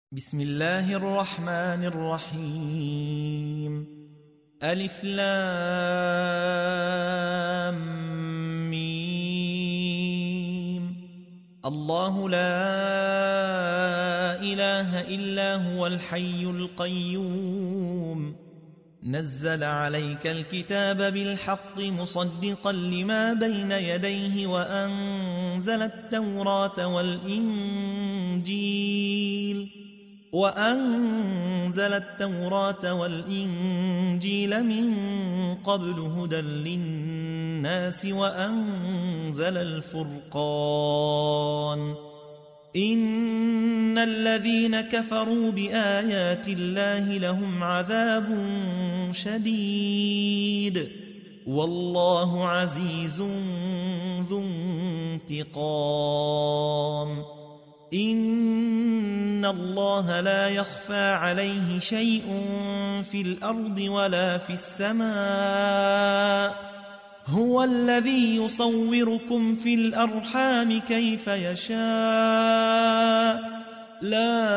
بسم الله الرحمن الرحيم ألف لام ميم الله لا إله إلا هو الحي القيوم نزل عليك الكتاب بالحق مصدقا لما بين يديه وأنزل التوراة والإنجيل من قبل هدى للناس وأنزل الفرقان إن الذين كفروا بآيات الله لهم عذاب شديد والله عزيز ذو انتقام إن الله لا يخفى عليه شيء في الأرض ولا في السماء هو الذي يصوركم في الأرحام كيف يشاء لا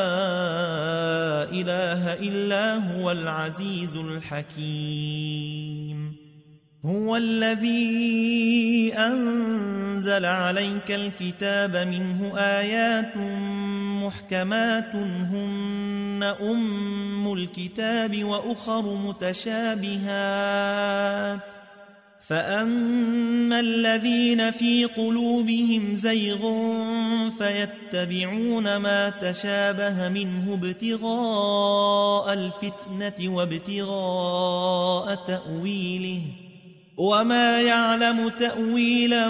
إله إلا هو العزيز الحكيم هو الذي أنزل عليك الكتاب منه آيات محكمات هن أم الكتاب وأخر متشابهات فأما الذين في قلوبهم زيغ فيتبعون ما تشابه منه ابتغاء الفتنة وابتغاء تأويله وما يعلم تأويله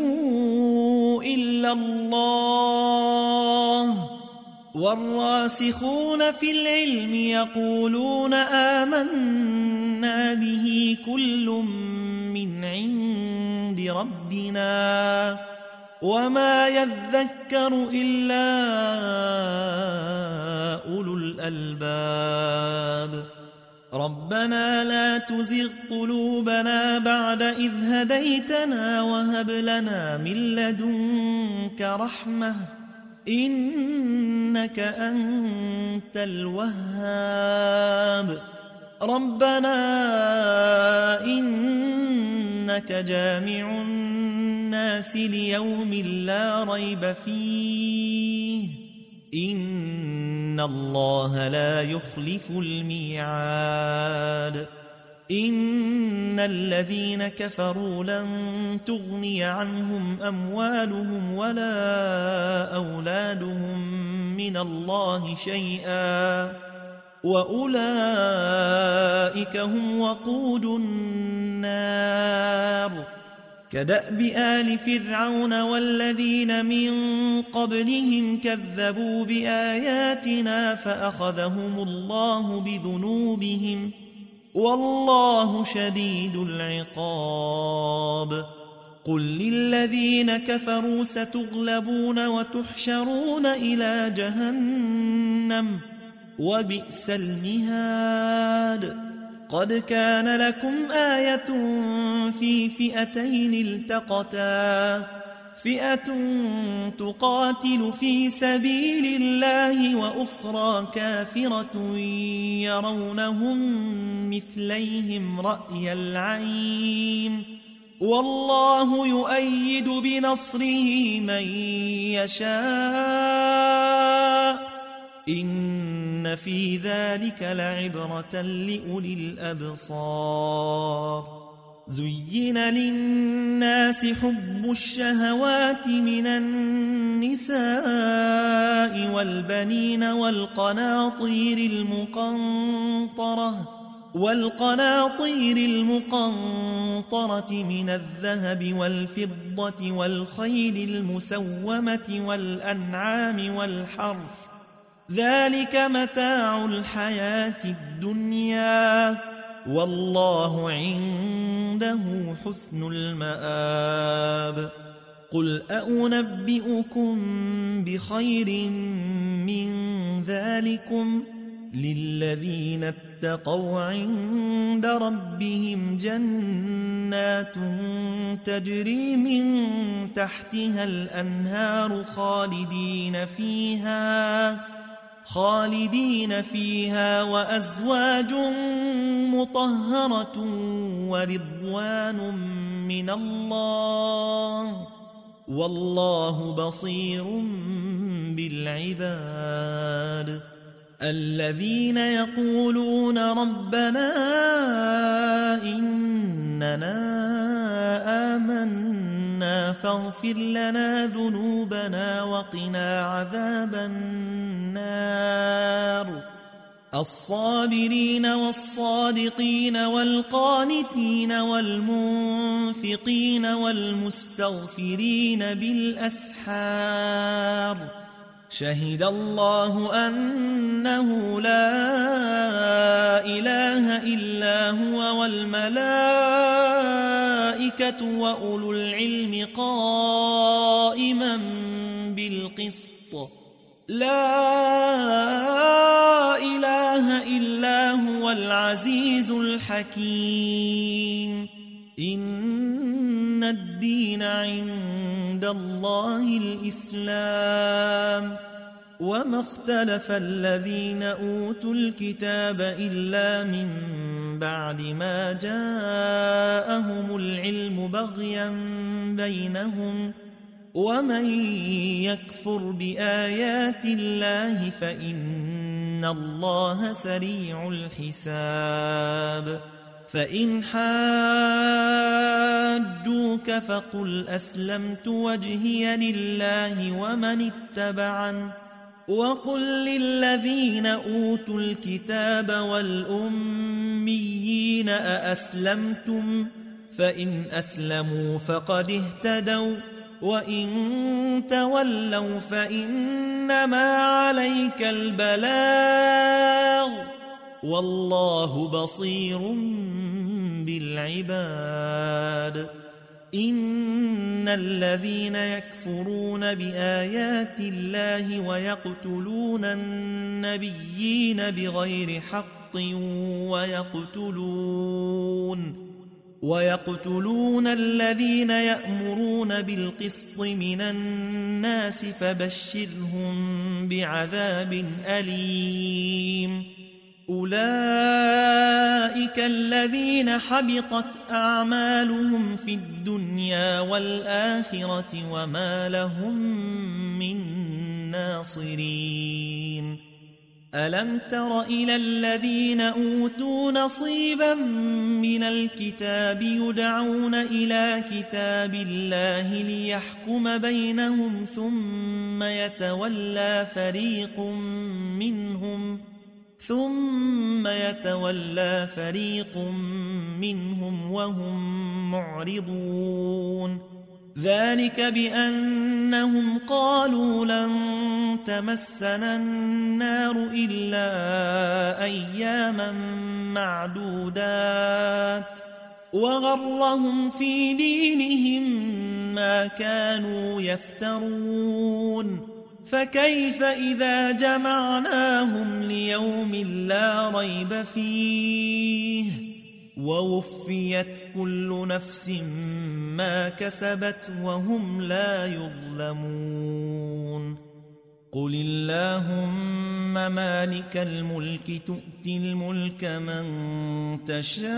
إلا الله والراسخون في العلم يقولون آمنا به كل من عند ربنا وما يذكر إلا أولو الألباب ربنا لا تزغ قلوبنا بعد إذ هديتنا وهب لنا من لدنك رحمة إنك أنت الوهاب ربنا إنك جامع الناس ليوم لا ريب فيه إن الله لا يخلف الميعاد إن الذين كفروا لن تغني عنهم أموالهم ولا أولادهم من الله شيئا وأولئك هم وقود النار كدأب آل فرعون والذين من قبلهم كذبوا بآياتنا فأخذهم الله بذنوبهم والله شديد العقاب قل للذين كفروا ستغلبون وتحشرون إلى جهنم وبئس المهاد قد كان لكم آية في فئتين التقتا فئة تقاتل في سبيل الله وأخرى كافرة يرونهم مثليهم رأي العين والله يؤيد بنصره من يشاء إن في ذلك لعبرة لأولي الأبصار زين للناس حب الشهوات من النساء والبنين والقناطير المقنطرة من الذهب والفضة والخيل المسومة والأنعام والحرث ذلك متاع الحياة الدنيا والله عنده حسن المآب قل أنبئكم بخير من ذلكم للذين اتقوا عند ربهم جنات تجري من تحتها الأنهار خالدين فيها وأزواج مطهرة ورضوان من الله والله بصير بالعباد الذين يقولون ربنا إننا آمنا فاغفر لنا ذنوبنا وقنا عذاب النار الصابرين والصادقين والقانتين والمنفقين والمستغفرين بالأسحار شهد الله أنه لا إله إلا هو والملائكة وأولو العلم قائما بالقسط لا إله إلا هو العزيز الحكيم إن الدين عند الله الإسلام وما اختلف الذين أوتوا الكتاب إلا من بعد ما جاءهم العلم بغيا بينهم ومن يكفر بآيات الله فإن الله سريع الحساب فإن حاجوك فقل أسلمت وجهي لله ومن اتبعن وقل للذين أوتوا الكتاب والأميين أأسلمتم فإن أسلموا فقد اهتدوا وإن تولوا فإنما عليك البلاغ والله بصير بالعباد إن الذين يكفرون بآيات الله ويقتلون النبيين بغير حق ويقتلون الذين يأمرون بالقسط من الناس فبشرهم بعذاب أليم أولئك الذين حبطت أعمالهم في الدنيا والآخرة وما لهم من ناصرين ألم تر إلى الذين أوتوا نصيبا من الكتاب يدعون إلى كتاب الله ليحكم بينهم ثم يتولى فريق منهم وهم معرضون ذلك بأنهم قالوا لن تمسنا النار إلا أياما معدودات وغرهم في دينهم ما كانوا يفترون فكيف إذا جمعناهم ليوم لا ريب فيه ووفيت كل نفس ما كسبت وهم لا يظلمون قل اللهم مالك الملك تؤتي الملك من تشاء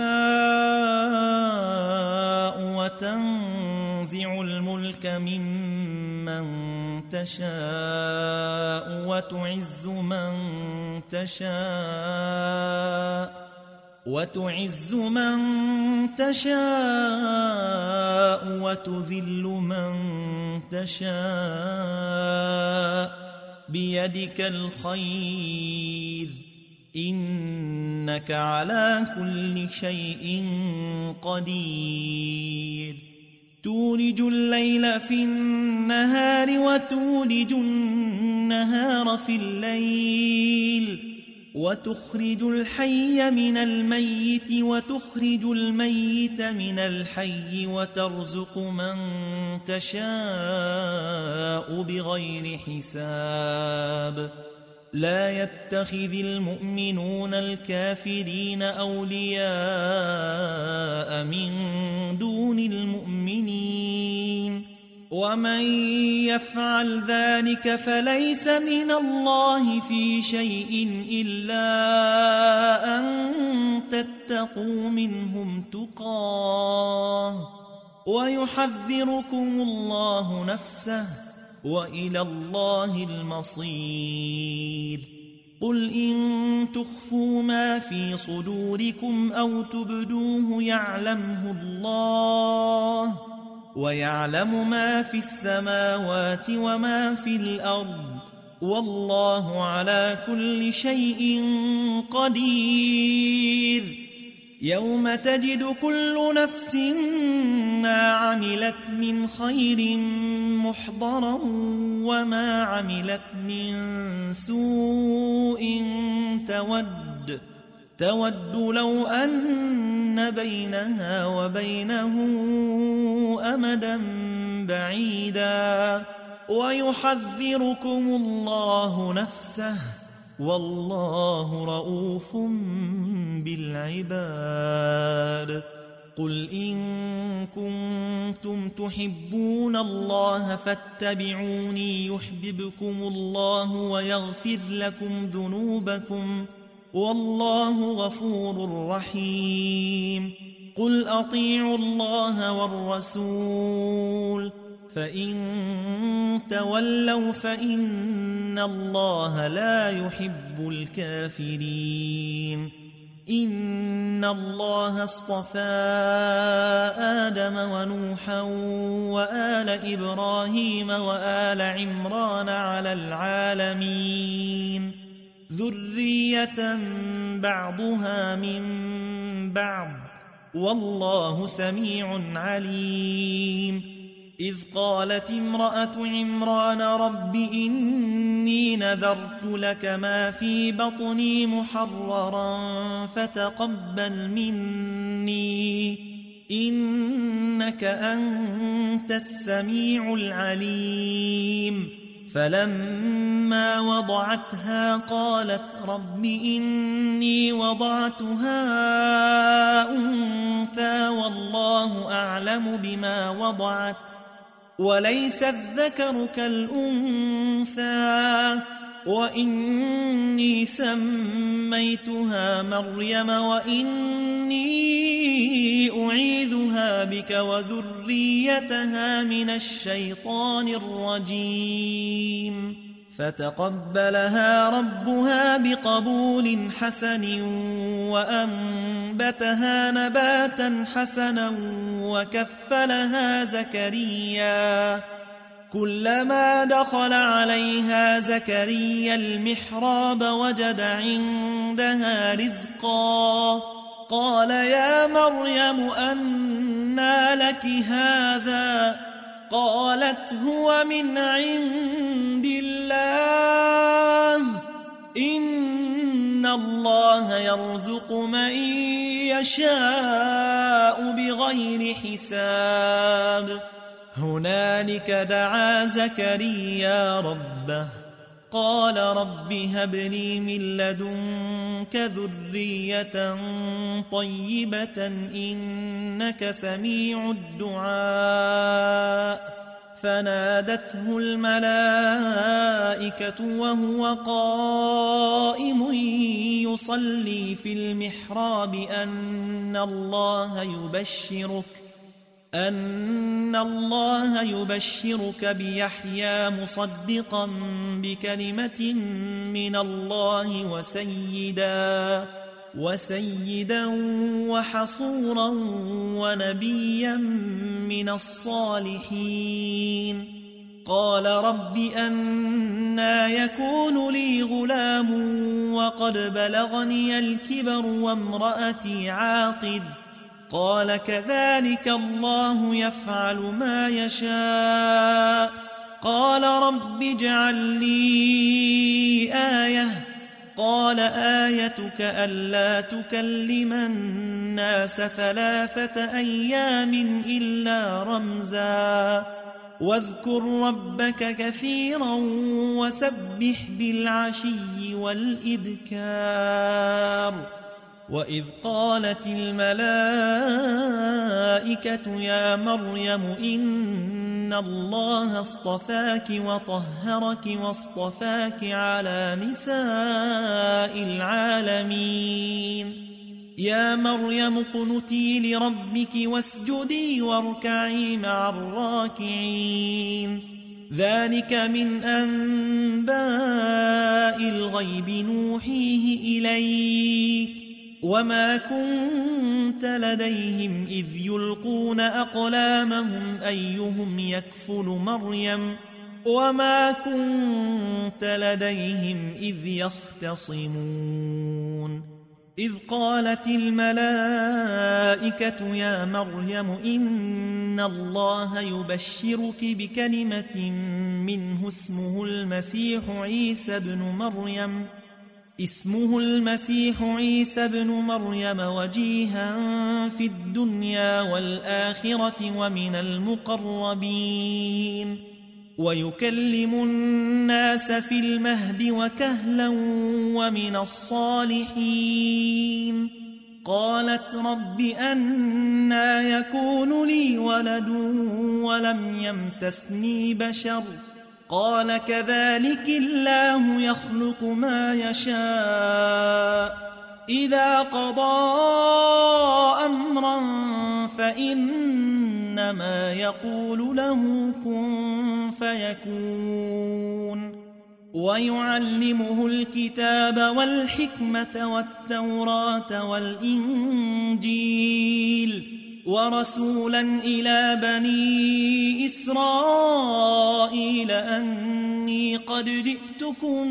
وتنزع الملك ممن تشاء وتعز من تشاء وتذل من تشاء بيدك الخير إنك على كل شيء قدير تولج الليل في النهار وتولج النهار في الليل وتخرج الحي من الميت وتخرج الميت من الحي وترزق من تشاء بغير حساب لا يتخذ المؤمنون الكافرين أولياء من دون المؤمنين ومن يفعل ذلك فليس من الله في شيء إلا أن تتقوا منهم تقاه ويحذركم الله نفسه وإلى الله المصير. قل إن تخفوا ما في صدوركم أو تبدوه يعلمه الله ويعلم ما في السماوات وما في الأرض والله على كل شيء قدير. يوم تجد كل نفس ما عملت من خير محضرا وما عملت من سوء تود لو أن بينها وبينه أمدا بعيدا ويحذركم الله نفسه والله رؤوف بالعباد. قل إن كنتم تحبون الله فاتبعوني يحببكم الله ويغفر لكم ذنوبكم والله غفور رحيم. قل أطيعوا الله والرسول فإن تولوا فإن الله لا يحب الكافرين. إن الله اصطفى آدم ونوحا وآل إبراهيم وآل عمران على العالمين ذرية بعضها من بعض والله سميع عليم. إذ قالت امرأة عمران رب إني نذرت لك ما في بطني محررا فتقبل مني إنك أنت السميع العليم. فلما وضعتها قالت رب إني وضعتها أنثى والله أعلم بما وضعت وليس الذكر كالأنثى وإني سميتها مريم وإني أعيذها بك وذريتها من الشيطان الرجيم. فتقبلها ربها بقبول حسن وأنبتها نباتا حسنا وكفلها زكريا. كلما دخل عليها زكريا المحراب وجد عندها رزقا قال يا مريم أنى لك هذا قالت هو من عند الله إن الله يرزق من يشاء بغير حساب. هنالك دعا زكريا ربه قال رب هب لي من لدنك ذرية طيبة إنك سميع الدعاء. فنادته الملائكة وهو قائم يصلي في المحراب أن الله يبشرك بيحيى مصدقا بكلمة من الله وسيدا وحصورا ونبيا من الصالحين. قال رب أنى يكون لي غلام وقد بلغني الكبر وامرأتي عاقر قال كذلك الله يفعل ما يشاء. قال رب اجعل لي آية قال آيتك ألا تكلم الناس 3 أيام إلا رمزا واذكر ربك كثيرا وسبح بالعشي والإبكار. وإذ قالت الملائكة يا مريم إن إن الله اصطفاك وطهرك واصطفاك على نساء العالمين يا مريم اقنتي لربك واسجدي واركعي مع الراكعين ذلك من أنباء الغيب نوحيه إليك وما كنت لديهم إذ يلقون أقلامهم أيهم يكفل مريم وما كنت لديهم إذ يختصمون إذ قالت الملائكة يا مريم إن الله يبشرك بكلمة منه اسمه المسيح عيسى بن مريم وجيها في الدنيا والآخرة ومن المقربين ويكلم الناس في المهد وكهلا ومن الصالحين قالت رب أنى يكون لي ولد ولم يمسسني بشر قال كذلك الله يخلق ما يشاء إذا قضى أمرا فإنما يقول له كن فيكون ويعلمه الكتاب والحكمة والتوراة والإنجيل ورسولا إلى بني إسرائيل أني قد جئتكم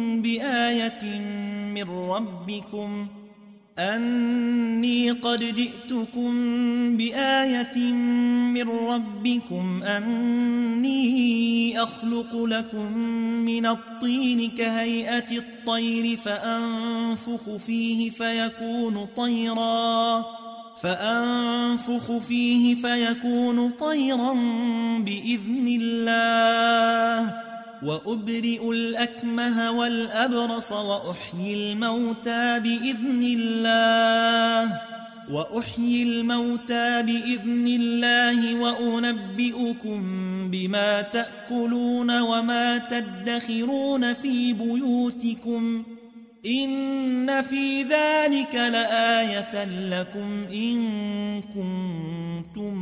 بآية من ربكم أني أخلق لكم من الطين كهيئة الطير فأنفخ فيه فيكون طيرا بإذن الله وأبرئ الأكمه والأبرص وأحيي الموتى بإذن الله وأنبئكم بما تأكلون وما تدخرون في بيوتكم إن في ذلك لآية لكم إن كنتم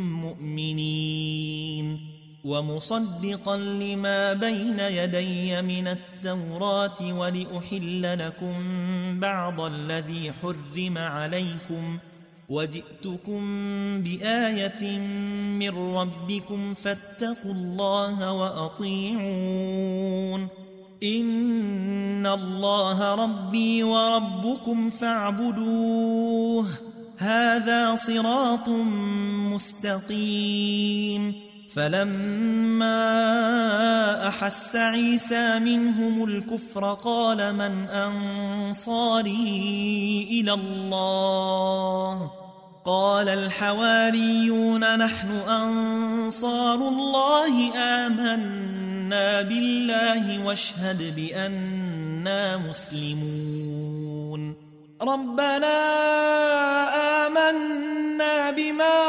مؤمنين ومصدقا لما بين يدي من التوراة ولأحل لكم بعض الذي حرم عليكم وجئتكم بآية من ربكم فاتقوا الله وأطيعون إن الله ربي وربكم فاعبدوه هذا صراط مستقيم فلما أحس عيسى منهم الكفر قال من أنصاري إلى الله قال الحواريون نحن أنصار الله آمنا بالله واشهد بأننا مسلمون ربنا آمنا بما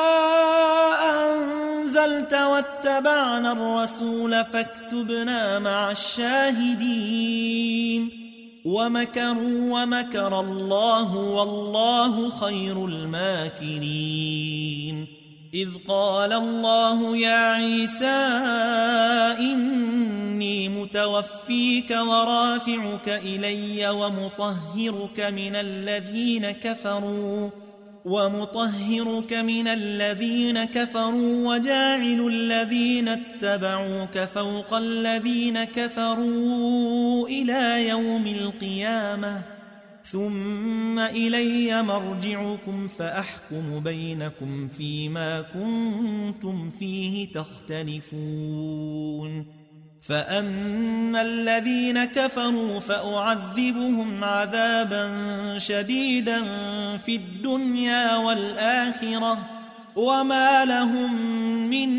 أنزلت واتبعنا الرسول فاكتبنا مع الشاهدين ومكروا ومكر الله والله خير الماكرين إذ قال الله يا عيسى إني متوفيك ورافعك إلي ومطهرك من الذين كفروا وجاعل الذين اتبعوك فوق الذين كفروا إلى يوم القيامة ثم إلي مرجعكم فأحكم بينكم فيما كنتم فيه تختلفون فأما الذين كفروا فأعذبهم عذابا شديدا في الدنيا والآخرة وما لهم من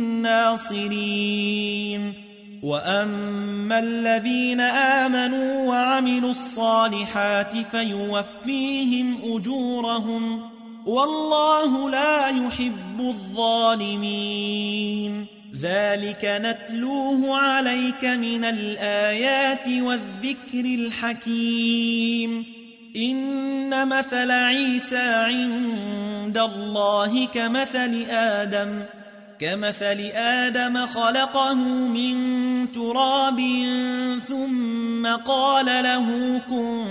ناصرين وأما الذين آمنوا وعملوا الصالحات فيوفيهم أجورهم والله لا يحب الظالمين ذلك نتلوه عليك من الآيات والذكر الحكيم إن مثل عيسى عند الله كمثل آدم خلقه من تراب ثم قال له كن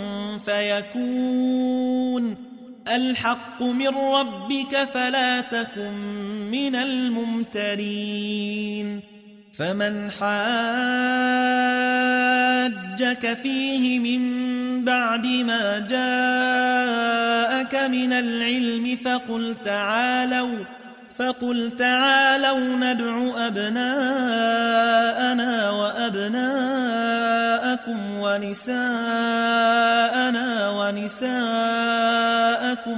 فيكون الحق من ربك فلا تكن من الممترين فمن حاجك فيه من بعد ما جاءك من العلم فقل تعالوا ندع أبناءنا وأبناءكم ونساءنا ونساءكم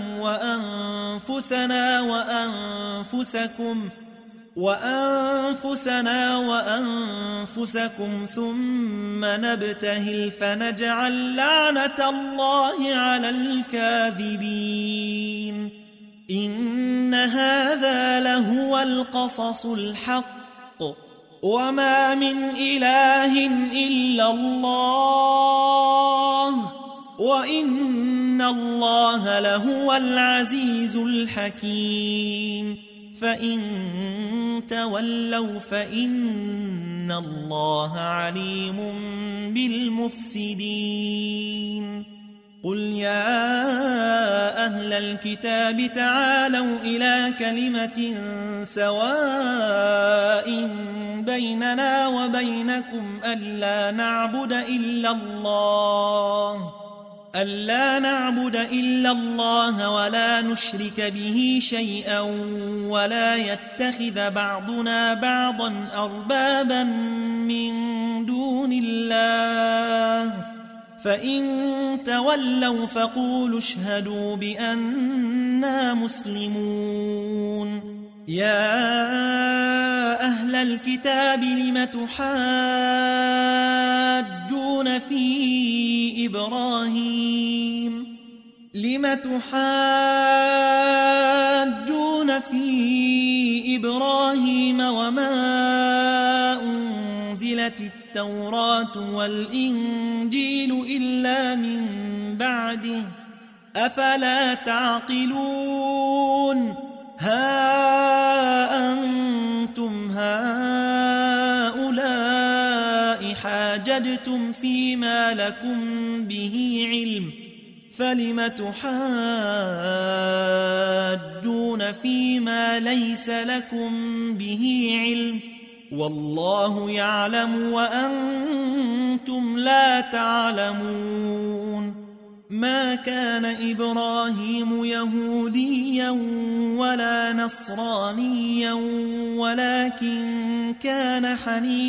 وأنفسنا وأنفسكم ثم نبتهل فنجعل لعنة الله على الكاذبين إن هذا لهو القصص الحق وما من إله إلا الله وإن الله لهو العزيز الحكيم فإن تولوا فإن الله عليم بالمفسدين قل يا أهل الكتاب تعالوا إلى كلمة سواء بيننا وبينكم ألا نعبد إلا الله ولا نشرك به شيئا ولا يتخذ بعضنا بعضا أربابا من دون الله فإن تولوا فقولوا اشهدوا بأننا مسلمون يا أهل الكتاب لم تحاجون في إبراهيم وما أنزلت التوراة والإنجيل إلا من بعده أفلا تعقلون ها أنتم هؤلاء حاججتم فيما لكم به علم فلم تحاجون فيما ليس لكم به علم والله يعلم وأنتم لا تعلمون ما كان إبراهيم يهوديا ولا نصرانيا ولكن كان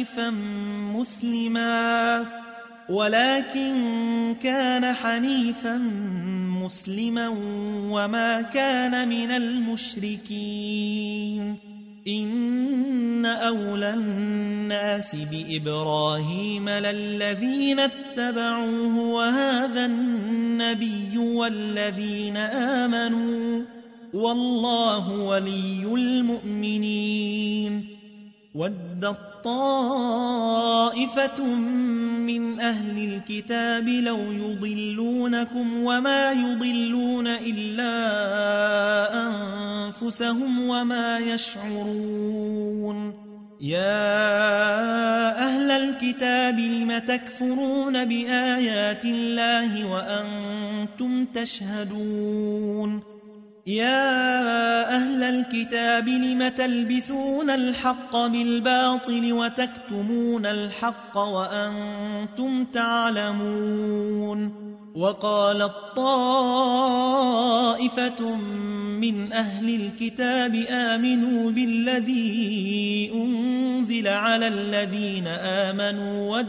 حنيفا مسلما وما كان من المشركين إن أولى الناس بإبراهيم للذين اتبعوه وهذا النبي والذين آمنوا والله ولي المؤمنين ودت طائفة من أهل الكتاب لو يضلونكم وما يضلون إلا أنفسهم وما يشعرون يا أهل الكتاب لم تكفرون بآيات الله وأنتم تشهدون يا أهل الكتاب لم تلبسون الحق بالباطل وتكتمون الحق وأنتم تعلمون وقالت طائفة من أهل الكتاب آمنوا بالذي أنزل على الذين آمنوا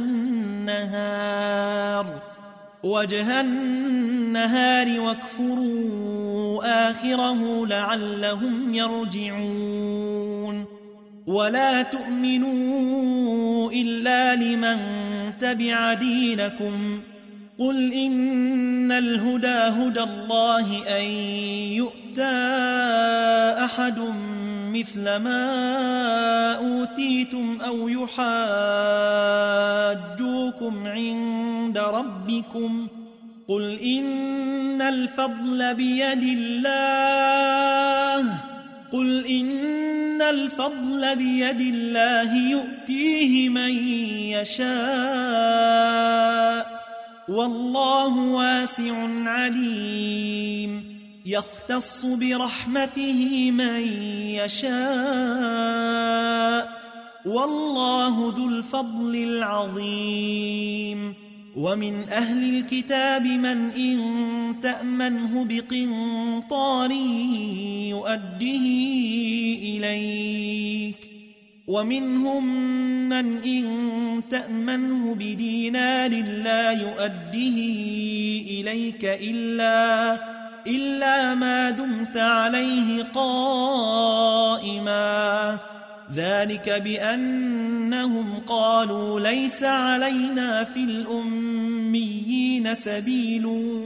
وجه النهار واكفروا آخره لعلهم يرجعون ولا تؤمنوا إلا لمن تبع دينكم قل إن الهدى هدى الله أن يؤتى أحد مثل ما أوتيتم أو يحاجوكم عند ربكم قل إن الفضل بيد الله يؤتيه من يشاء والله واسع عليم يختص برحمته من يشاء والله ذو الفضل العظيم ومن أهل الكتاب من إن تأمنه بقنطار يؤده إليك ومنهم من إن تأمنه بدينار لا يؤده إليك إلا ما دمت عليه قائما ذلك بأنهم قالوا ليس علينا في الأميين سبيل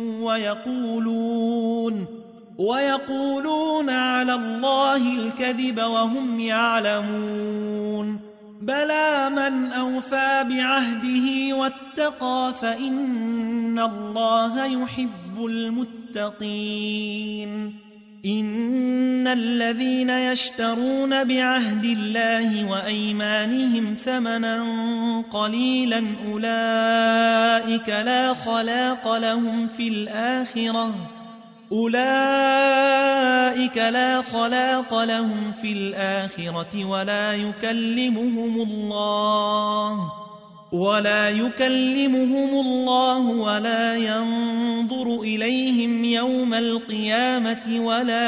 ويقولون على الله الكذب وهم يعلمون بلى من أوفى بعهده واتقى فإن الله يحب المتقين إن الذين يشترون بعهد الله وأيمانهم ثمنا قليلا أولئك لا خلاق لهم في الآخرة ولا يكلمهم الله ولا ينظر إليهم يوم القيامة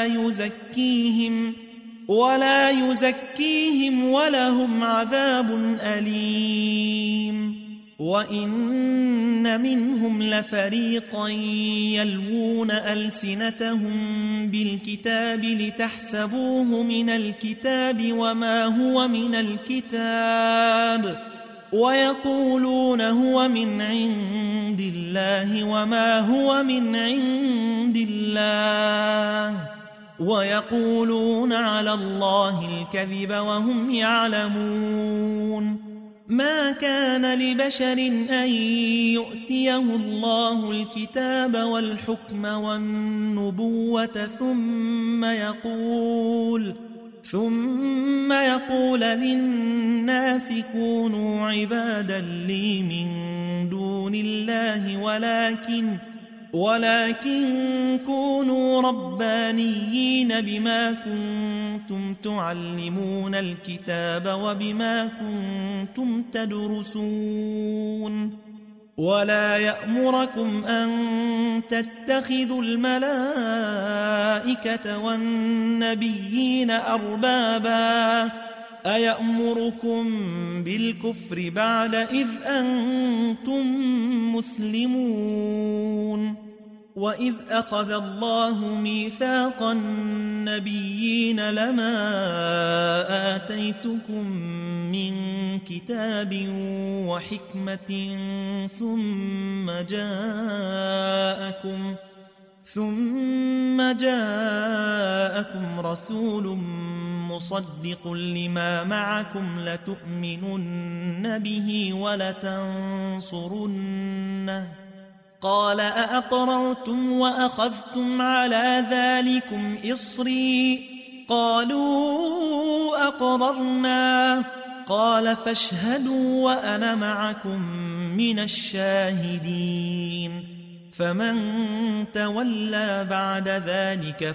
ولا يزكيهم ولهم عذاب أليم وإن منهم لفريقا يلوون ألسنتهم بالكتاب لتحسبوه من الكتاب وما هو من الكتاب ويقولون هو من عند الله وما هو من عند الله ويقولون على الله الكذب وهم يعلمون ما كان لبشر أن يؤتيه الله الكتاب والحكم والنبوة ثم يقول للناس كونوا عبادا لي من دون الله ولكن كونوا ربانيين بما كنتم تعلمون الكتاب وبما كنتم تدرسون ولا يأمركم أن تتخذوا الملائكة والنبيين أربابا أيأمركم بالكفر بعد إذ أنتم مسلمون وإذ أخذ الله ميثاق النبيين لما آتيتكم من كتاب وحكمة ثم جاءكم رسول مصدق لما معكم لتؤمنن به ولتنصرنه قال أأقررتم وأخذتم على ذلكم إصري قالوا أقررنا قال فاشهدوا وأنا معكم من الشاهدين فمن تولى بعد ذلك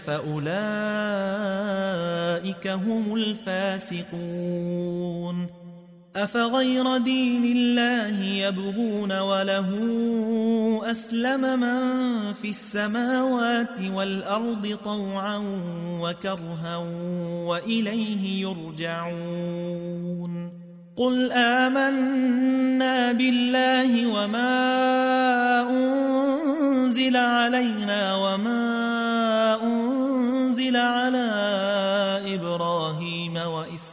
فأولئك هم الفاسقون أفغير دين الله يبغون وله أسلم من في السماوات والأرض طوعا وكرها وإليه يرجعون قل آمنا بالله وما أنزل علينا وما أنزل على إبراهيم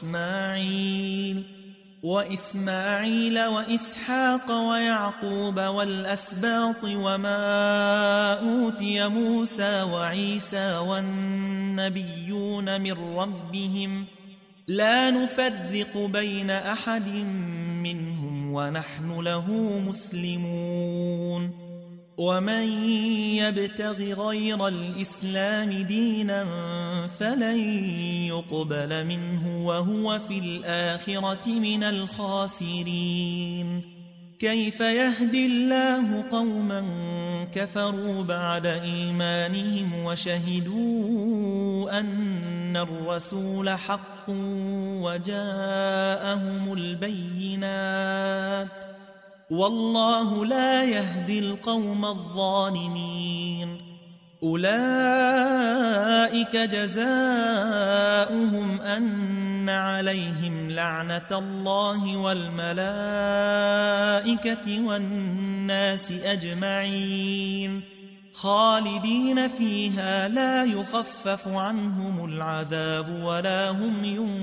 وإسماعيل وإسحاق ويعقوب والأسباط وما أوتي موسى وعيسى والنبيون من ربهم لا نفرق بين أحد منهم ونحن له مسلمون ومن يبتغ غير الإسلام دينا فلن يقبل منه وهو في الآخرة من الخاسرين كيف يهدي الله قوما كفروا بعد إيمانهم وشهدوا أن الرسول حق وجاءهم البينات والله لا يهدي القوم الظالمين أولئك جزاؤهم أن عليهم لعنة الله والملائكة والناس أجمعين خالدين فيها لا يخفف عنهم العذاب ولا هم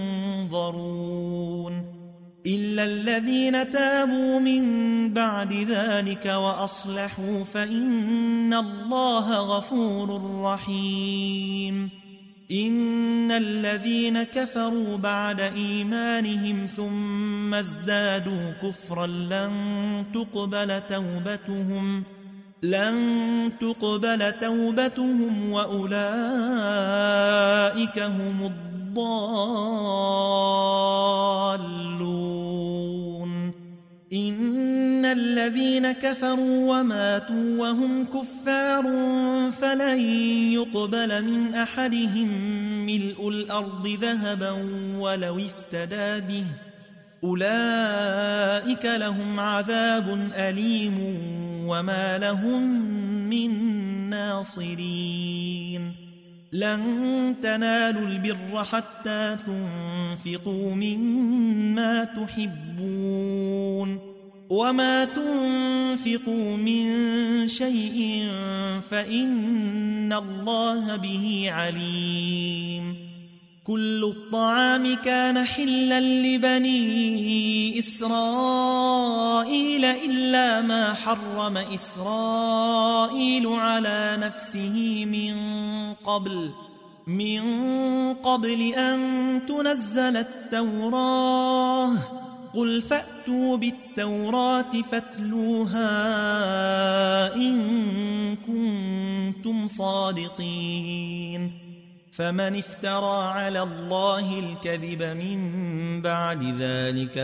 ينظرون إلا الذين تابوا من بعد ذلك وأصلحوا فإن الله غفور رحيم إن الذين كفروا بعد إيمانهم ثم ازدادوا كفرا لن تقبل توبتهم وأولئك هم الضالون إن الذين كفروا وماتوا وهم كفار فلن يقبل من أحدهم ملء الأرض ذهبا ولو افتدى به أولئك لهم عذاب أليم وما لهم من ناصرين لن تنالوا البر حتى تنفقوا مما تحبون وما تنفقوا من شيء فإن الله به عليم كل الطعام كان حلا لبني إسرائيل إلا ما حرم إسرائيل على نفسه من قبل أن تنزل التوراة قل فأتوا بالتوراة فاتلوها إن كنتم صادقين فمن افترى على الله الكذب من بعد ذلك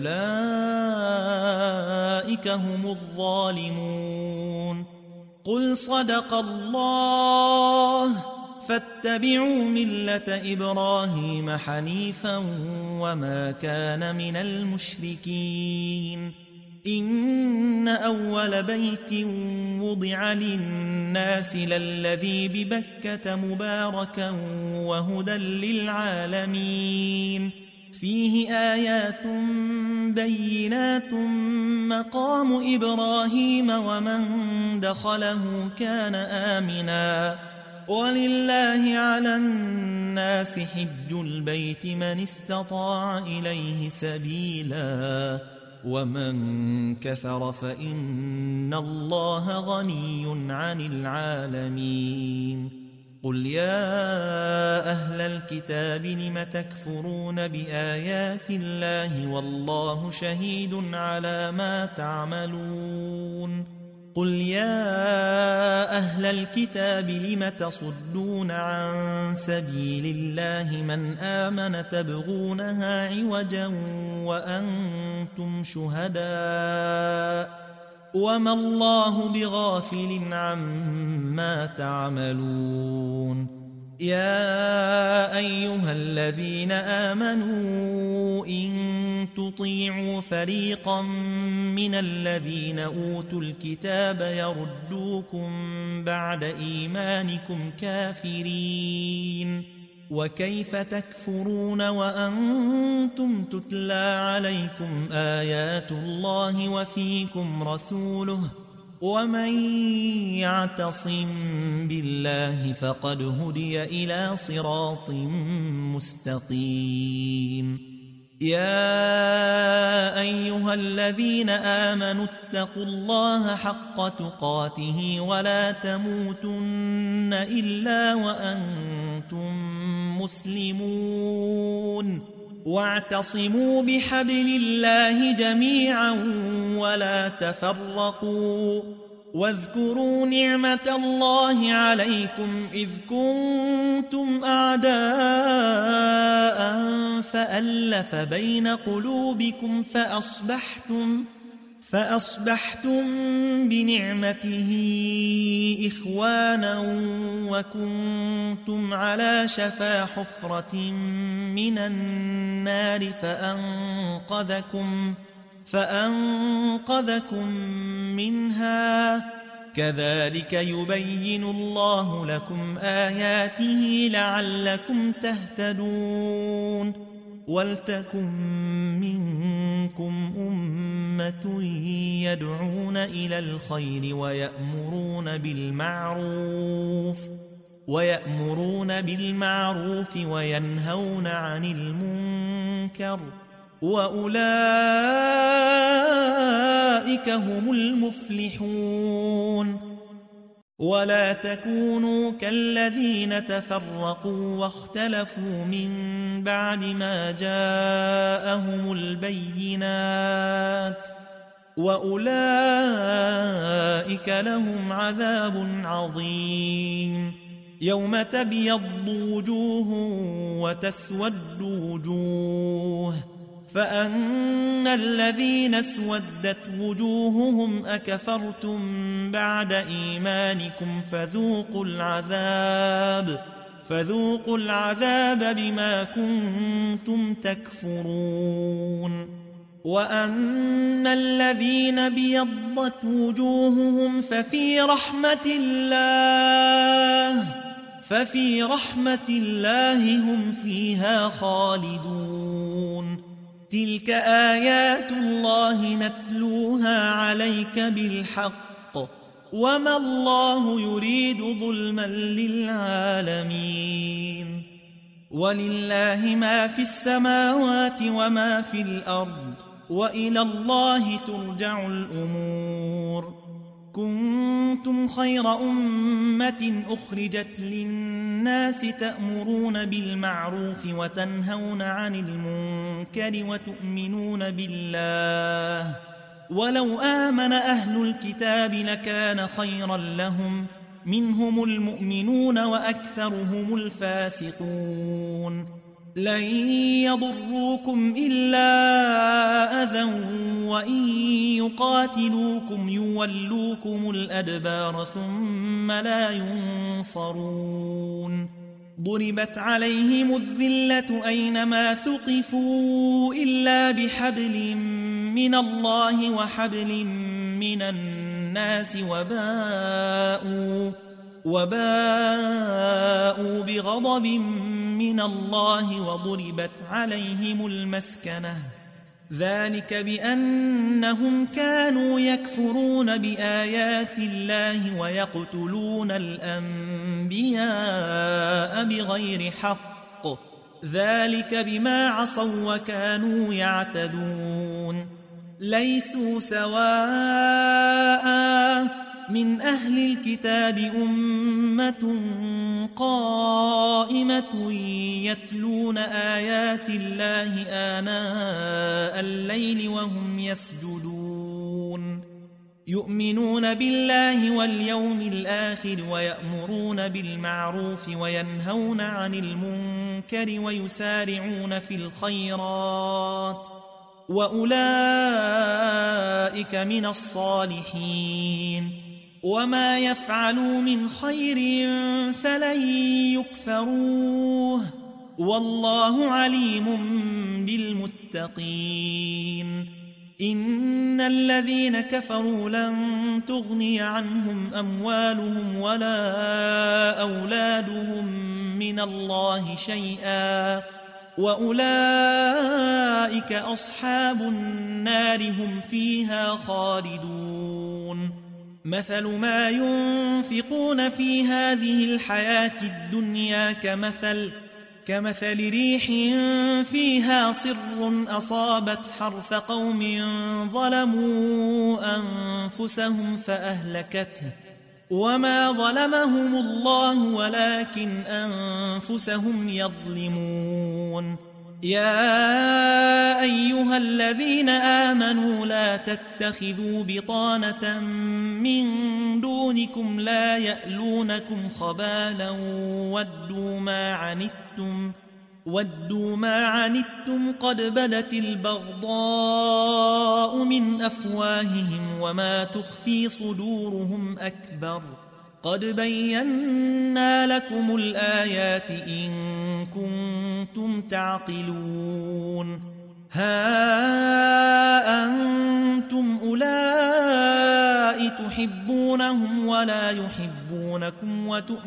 فأولئك هم الظالمون قل صدق الله فاتبعوا ملة إبراهيم حنيفا وما كان من المشركين إن أول بيت وضع للناس للذي ببكة مباركا وهدى للعالمين فيه آيات بينات مقام إبراهيم ومن دخله كان آمنا ولله على الناس حج البيت من استطاع إليه سبيلا ومن كفر فإن الله غني عن العالمين قل يا أهل الكتاب لم تكفرون بآيات الله والله شهيد على ما تعملون قل يا أهل الكتاب لم تصدون عن سبيل الله من آمن تبغونها عوجا وأنتم شهداء وما الله بغافل عما تعملون يا أيها الذين آمنوا إن تطيعوا فريقا من الذين أوتوا الكتاب يردوكم بعد إيمانكم كافرين وكيف تكفرون وأنتم تتلى عليكم آيات الله وفيكم رسوله ومن يعتصم بالله فقد هدي إلى صراط مستقيم يا أيها الذين آمنوا اتقوا الله حق تقاته ولا تموتن إلا وأنتم مسلمون واعتصموا بحبل الله جميعا ولا تفرقوا واذكروا نعمة الله عليكم إذ كنتم أعداء فألف بين قلوبكم فأصبحتم بنعمته إخوانا وكنتم على شفا حفرة من النار فأنقذكم منها كذلك يبين الله لكم آياته لعلكم تهتدون ولتكن منكم أمة يدعون إلى الخير ويأمرون بالمعروف وينهون عن المنكر وأولئك هم المفلحون ولا تكونوا كالذين تفرقوا واختلفوا من بعد ما جاءهم البينات وأولئك لهم عذاب عظيم يوم تبيض وجوه وتسود وجوه فأما الذين اسودت وجوههم أكفرتم بعد إيمانكم فذوقوا العذاب بما كنتم تكفرون وأما الذين بيضت وجوههم ففي رحمة الله هم فيها خالدون تلك آيات الله نتلوها عليك بالحق وما الله يريد ظلما للعالمين ولله ما في السماوات وما في الأرض وإلى الله ترجع الأمور كنتم خير أمة أخرجت للناس تأمرون بالمعروف وتنهون عن المنكر وتؤمنون بالله ولو آمن أهل الكتاب لكان خيرا لهم منهم المؤمنون وأكثرهم الفاسقون لن يضروكم إلا أذى وإن يقاتلوكم يولوكم الأدبار ثم لا ينصرون ضربت عليهم الذلة أينما ثقفوا إلا بحبل من الله وحبل من الناس وباءوا بغضب من الله وضربت عليهم المسكنة ذلك بأنهم كانوا يكفرون بآيات الله ويقتلون الأنبياء بغير حق ذلك بما عصوا وكانوا يعتدون ليسوا سواء من أهل الكتاب أمة قائمة يتلون آيات الله آناء الليل وهم يسجدون يؤمنون بالله واليوم الآخر ويأمرون بالمعروف وينهون عن المنكر ويسارعون في الخيرات وأولئك من الصالحين وما يفعلوا من خير فلن يكفروه والله عليم بالمتقين إن الذين كفروا لن تغني عنهم أموالهم ولا أولادهم من الله شيئا وأولئك أصحاب النار هم فيها خالدون مثل ما ينفقون في هذه الحياة الدنيا كمثل ريح فيها صر أصابت حرث قوم ظلموا أنفسهم فأهلكته وما ظلمهم الله ولكن أنفسهم يظلمون يا أيها الذين آمنوا لا تتخذوا بطانة من دونكم لا يألونكم خبالا ودوا ما عنتم قد بدت البغضاء من أفواههم وما تخفي صدورهم أكبر قد بينا لكم الآيات إن كنتم تعقلون ها أنتم أولئك تحبونهم ولا يحبونكم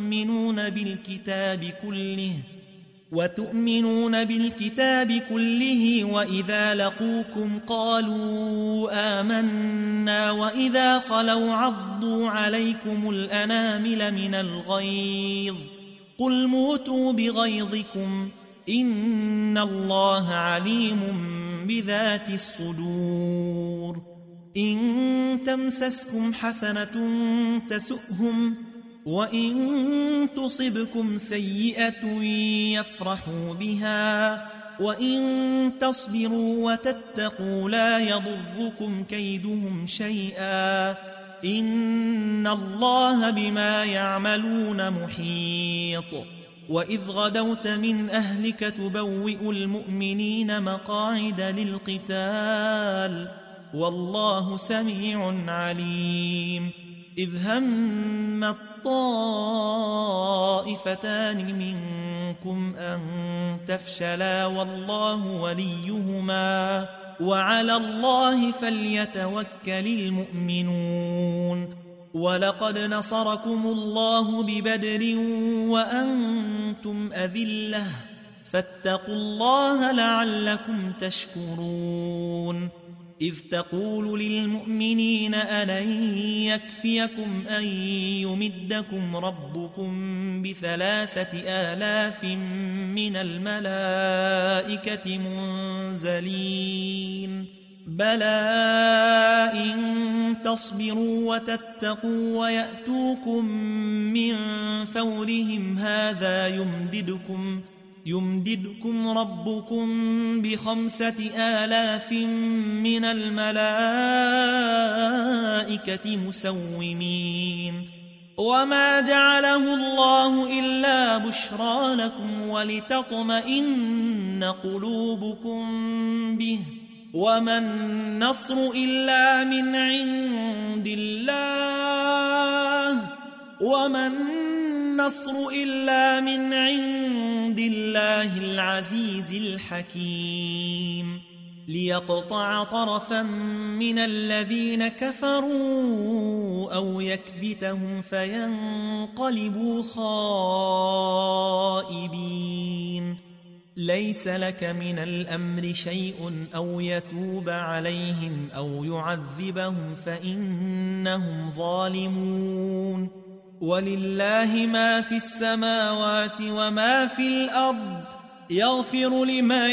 وتؤمنون بالكتاب كله وإذا لقوكم قالوا آمنا وإذا خلوا عضوا عليكم الأنامل من الغيظ قل موتوا بغيظكم إن الله عليم بذات الصدور إن تمسسكم حسنة تسؤهم وإن تصبكم سيئة يفرحوا بها وإن تصبروا وتتقوا لا يضركم كيدهم شيئا إن الله بما يعملون محيط وإذ غدوت من أهلك تبوئ المؤمنين مقاعد للقتال والله سميع عليم إذ هم الطائفتان منكم أن تفشلا والله وليهما وعلى الله فليتوكل المؤمنون ولقد نصركم الله ببدر وأنتم أذلة فاتقوا الله لعلكم تشكرون إذ تقول للمؤمنين ألن يكفيكم أن يمدكم ربكم ب3,000 من الملائكة منزلين بلى إن تصبروا وتتقوا ويأتوكم من فورهم هذا يمددكم ربكم ب5,000 من الملائكة مسومين وما جعله الله إلا بشرى لكم ولتطمئن قلوبكم به وما النصر إلا من عند الله العزيز الحكيم ليقطع طرفا من الذين كفروا أو يكبتهم فينقلبوا خائبين ليس لك من الأمر شيء أو يتوب عليهم أو يعذبهم فإنهم ظالمون ولله ما في السماوات وما في الأرض يغفر لمن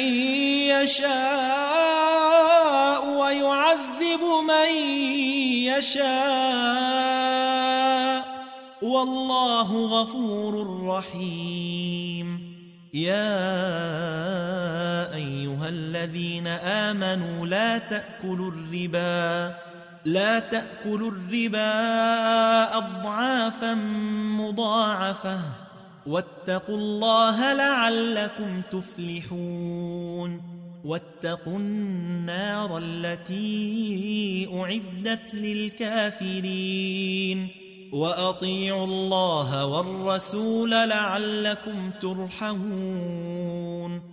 يشاء ويعذب من يشاء والله غفور رحيم يا أيها الذين آمنوا لا تأكلوا الربا أضعافا مضاعفة واتقوا الله لعلكم تفلحون واتقوا النار التي أعدت للكافرين وأطيعوا الله والرسول لعلكم ترحمون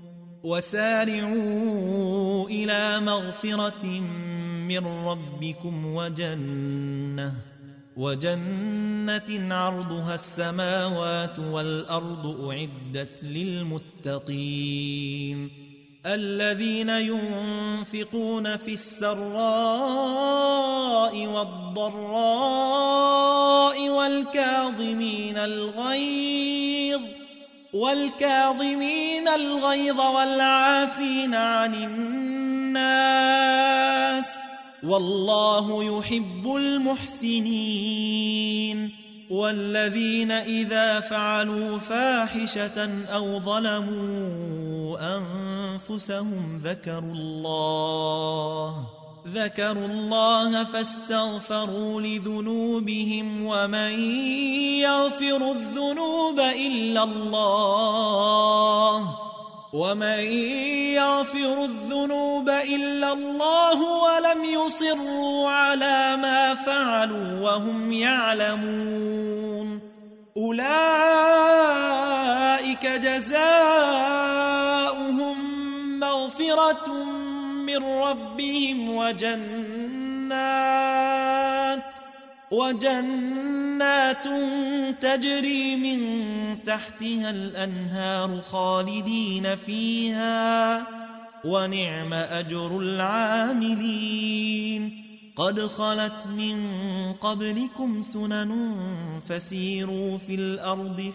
وسارعوا إلى مغفرة من ربكم وجنة عرضها السماوات والأرض أعدت للمتقين الذين ينفقون في السراء والضراء والكاظمين الغيظ والعافين عن الناس والله يحب المحسنين والذين إذا فعلوا فاحشة أو ظلموا أنفسهم ذكروا الله فاستغفروا لذنوبهم ومن يغفر الذنوب إلا الله ولم يصروا على ما فعلوا وهم يعلمون أولئك جزاؤهم مغفرة من ربهم وجنات تجري من تحتها الأنهار خالدين فيها ونعم أجر العاملين قد خلت من قبلكم سنن فسيروا في الأرض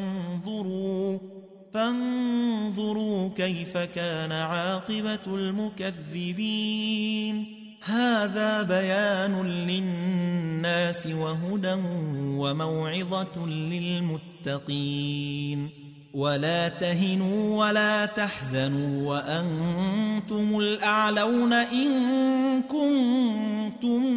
فانظروا كيف كان عاقبة المكذبين هذا بيان للناس وهدى وموعظة للمتقين ولا تهنوا ولا تحزنوا وأنتم الأعلون إن كنتم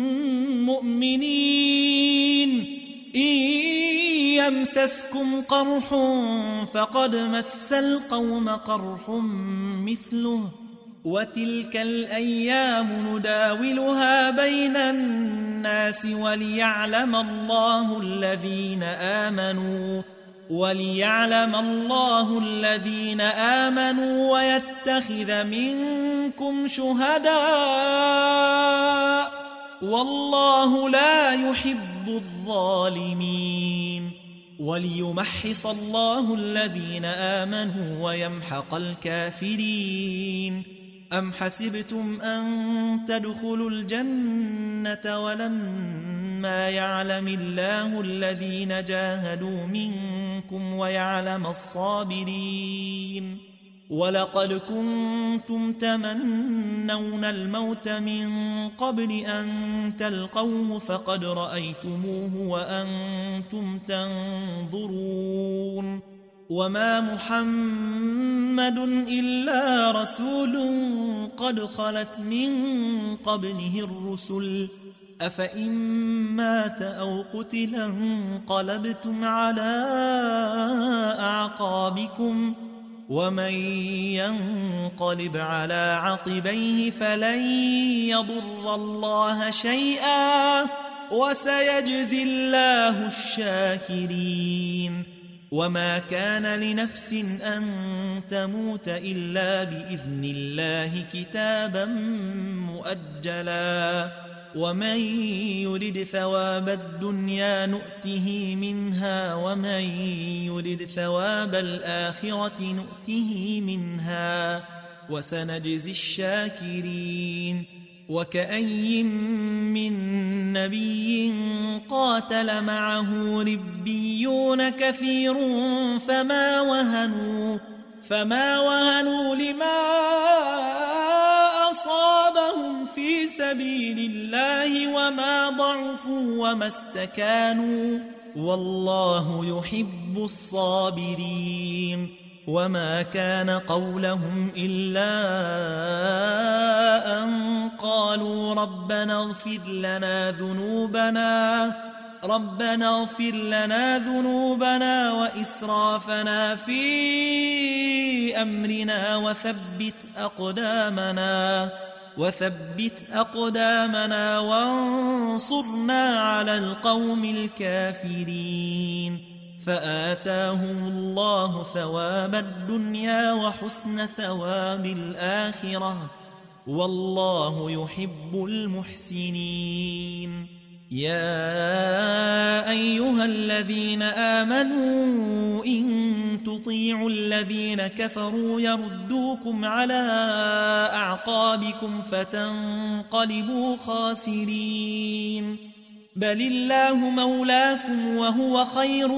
مؤمنين إن يمسسكم قرح فقد مس القوم قرح مثله وتلك الأيام نداولها بين الناس وليعلم الله الذين آمنوا ويتخذ منكم شهداء والله لا يحب الظالمين وليمحص الله الذين آمنوا ويمحق الكافرين أم حسبتم أن تدخلوا الجنة ولما يعلم الله الذين جاهدوا منكم ويعلم الصابرين ولقد كنتم تمنون الموت من قبل أن تلقوه فقد رأيتموه وأنتم تنظرون وما محمد إلا رسول قد خلت من قبله الرسل أفإن مات أو قتل انقلبتم على أعقابكم ومن ينقلب على عقبيه فلن يضر الله شيئا وسيجزي الله الشاكرين وما كان لنفس أن تموت إلا بإذن الله كتابا مؤجلا ومن يرد ثواب الدنيا نؤته منها ومن يرد ثواب الآخرة نؤته منها وسنجزي الشاكرين وكأي من نبي قاتل معه ربيون كثير فما وهنوا لما أصابهم في سبيل الله وما ضعفوا وما استكانوا والله يحب الصابرين وما كان قولهم إلا أن قالوا ربنا اغفر لنا ذنوبنا وإسرافنا في أمرنا وثبت أقدامنا وانصرنا على القوم الكافرين فآتاهم الله ثواب الدنيا وحسن ثواب الآخرة والله يحب المحسنين يا أيها الذين آمنوا إن تطيعوا الذين كفروا يردوكم على أعقابكم فتنقلبوا خاسرين بل الله مولاكم وهو خير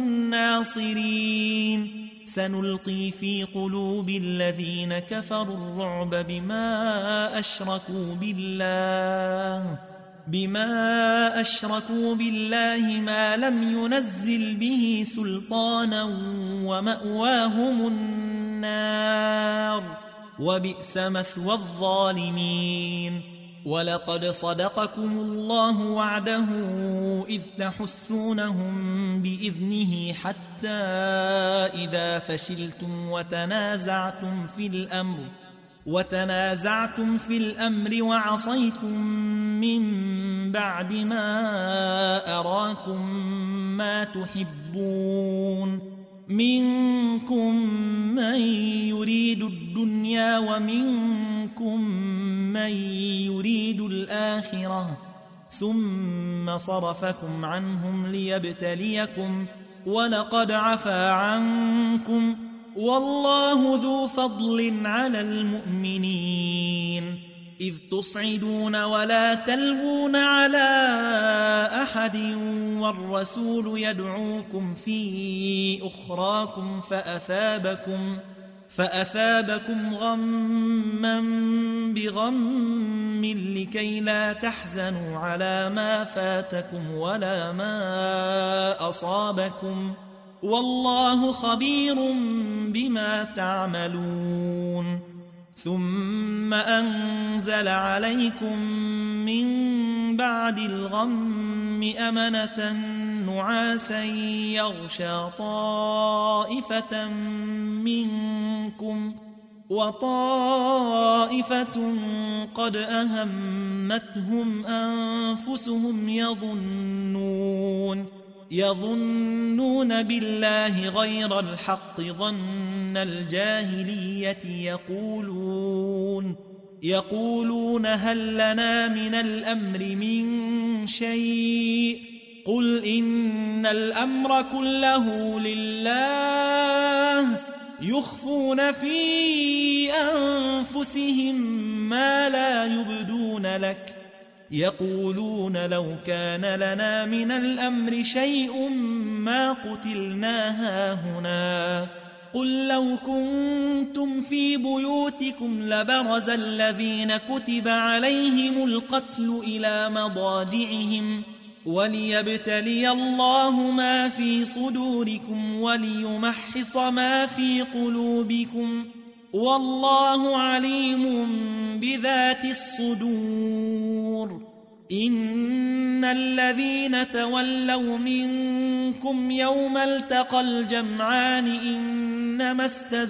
الناصرين سنلقي في قلوب الذين كفروا الرعب بما أشركوا بالله بما أشركوا بالله ما لم ينزل به سلطانا ومأواهم النار وبئس مثوى الظالمين. ولقد صدقكم الله وعده إذ تحسونهم بإذنه حتى إذا فشلتم وتنازعتم في الأمر وعصيتم من بعد ما أراكم ما تحبون منكم من يريد الدنيا ومنكم من يريد الآخرة ثم صرفكم عنهم ليبتليكم ولقد عفا عنكم والله ذو فضل على المؤمنين. إذ تصعدون ولا تلوون على أحد والرسول يدعوكم في أخراكم فأثابكم غما بغم لكي لا تحزنوا على ما فاتكم ولا ما أصابكم والله خبير بما تعملون. ثم أنزل عليكم من بعد الغم أمنة نعاسا يغشى طائفة منكم وطائفة قد أهمتهم أنفسهم يظنون بالله غير الحق ظن الجاهلية يقولون هل لنا من الأمر من شيء قل إن الأمر كله لله يخفون في أنفسهم ما لا يبدون لك يقولون لو كان لنا من الأمر شيء ما قتلنا هاهنا قل لو كنتم في بيوتكم لبرز الذين كتب عليهم القتل إلى مضاجعهم وليبتلي الله ما في صدوركم وليمحص ما في قلوبكم والله عليم بذات الصدور. إن الذين تولوا منكم يوم التقى الجمعان إنما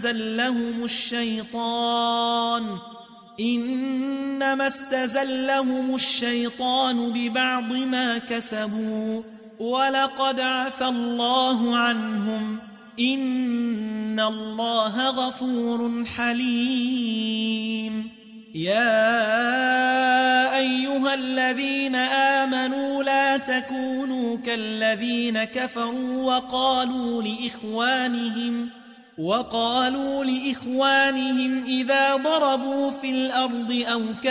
استزلهم الشيطان ببعض ما كسبوا ولقد عفى الله عنهم إن الله غفور حليم. يا أيها الذين آمنوا لا تكونوا كالذين كفروا وقالوا لإخوانهم إذا ضربوا في الأرض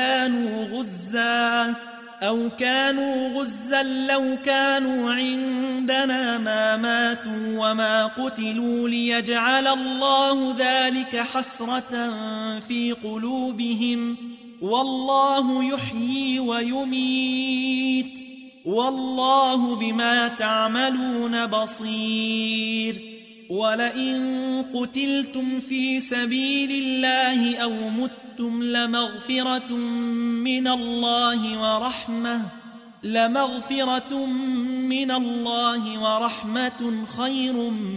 أو كانوا غزا لو كانوا عندنا ما ماتوا وما قتلوا ليجعل الله ذلك حسرة في قلوبهم والله يحيي ويميت والله بما تعملون بصير. ولئن قتلتم في سبيل الله أو متم لمغفرة من الله ورحمة خير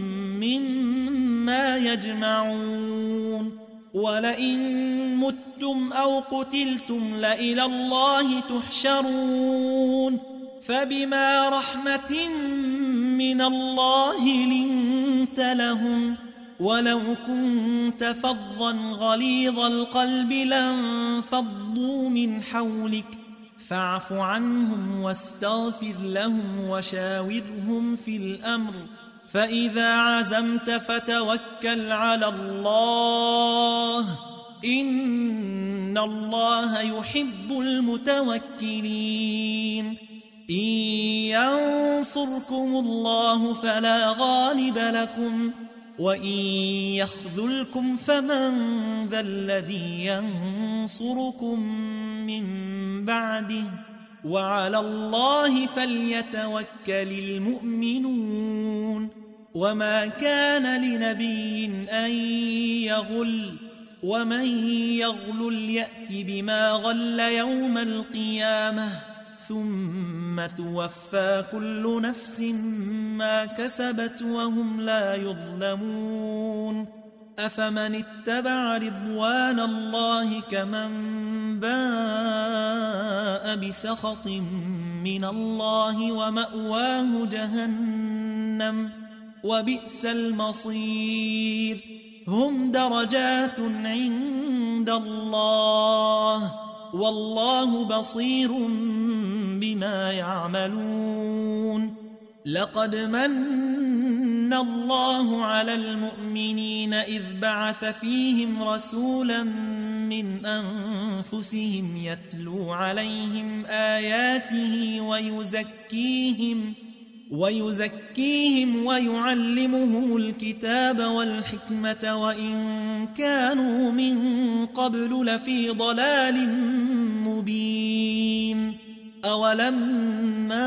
مما يجمعون. ولئن متم أو قتلتم لإلى الله تحشرون. فبما رحمة من الله لنت لهم ولو كنت فظا غليظ القلب لانفضوا من حولك فاعف عنهم واستغفر لهم وشاورهم في الأمر فإذا عزمت فتوكل على الله إن الله يحب المتوكلين. إن ينصركم الله فلا غالب لكم وإن يخذلكم فمن ذا الذي ينصركم من بعده وعلى الله فليتوكل المؤمنون وما كان لنبي أن يغل ومن يغل يأت بما غل يوم القيامة ثم توفى كل نفس ما كسبت وهم لا يظلمون أفمن اتبع رضوان الله كمن باء بسخط من الله ومأواه جهنم وبئس المصير هم درجات عند الله والله بصير بما يعملون لقد من الله على المؤمنين إذ بعث فيهم رسولا من أنفسهم يتلو عليهم آياته ويزكيهم ويعلمهم الكتاب والحكمة وإن كانوا من قبل لفي ضلال مبين أولما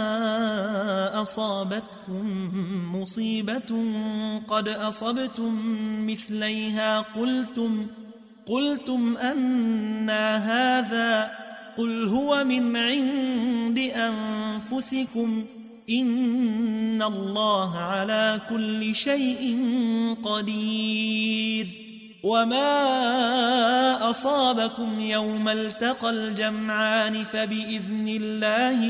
أصابتكم مصيبة قد أصبتم مثليها قلتم أنى هذا قل هو من عند أنفسكم إن الله على كل شيء قدير وما أصابكم يوم التقى الجمعان فبإذن الله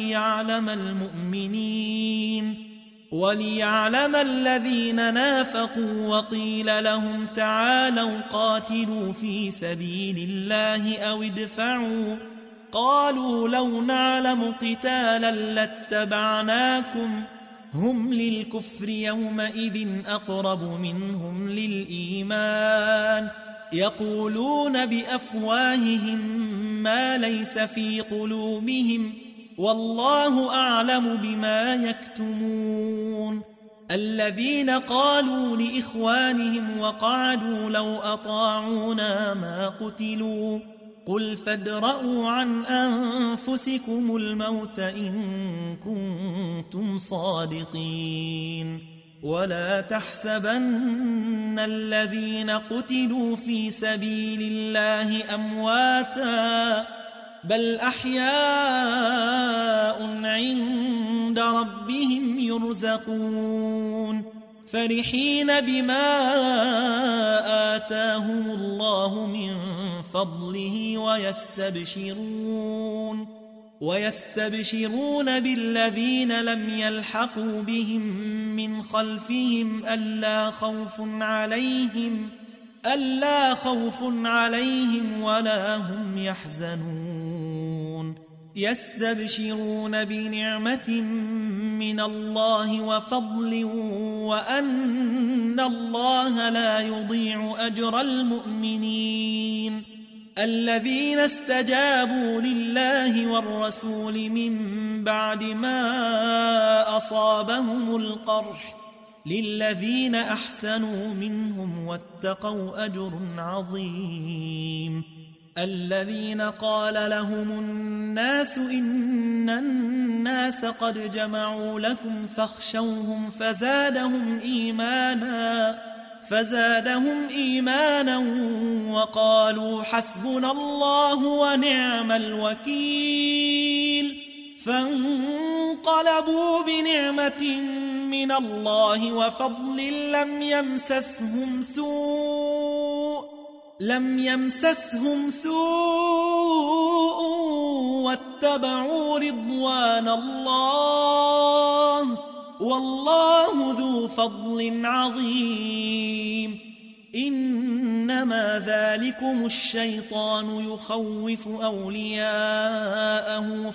وليعلم الذين نافقوا وقيل لهم تعالوا قاتلوا في سبيل الله أو ادفعوا قالوا لو نعلم قتالا لاتبعناكم هم للكفر يومئذ أقرب منهم للإيمان يقولون بأفواههم ما ليس في قلوبهم والله أعلم بما يكتمون الذين قالوا لإخوانهم وقعدوا لو أطاعونا ما قتلوا قل فادرءوا عن أنفسكم الموت إن كنتم صادقين ولا تحسبن الذين قتلوا في سبيل الله أمواتا بل أحياء عند ربهم يرزقون فرحين بما آتاهم الله من فضله ويستبشرون بالذين لم يلحقوا بهم من خلفهم ألا خوف عليهم ولا هم يحزنون يستبشرون بنعمة من الله وفضل وأن الله لا يضيع أجر المؤمنين الذين استجابوا لله والرسول من بعد ما أصابهم القرح للذين أحسنوا منهم واتقوا أجر عظيم الذين قال لهم الناس إن الناس قد جمعوا لكم فاخشوهم فزادهم إيمانا وقالوا حسبنا الله ونعم الوكيل فانقلبوا بنعمة من الله وفضل لم يمسسهم سوء واتبعوا رضوان الله والله ذو فضل عظيم إنما ذلكم الشيطان يخوف أولياءه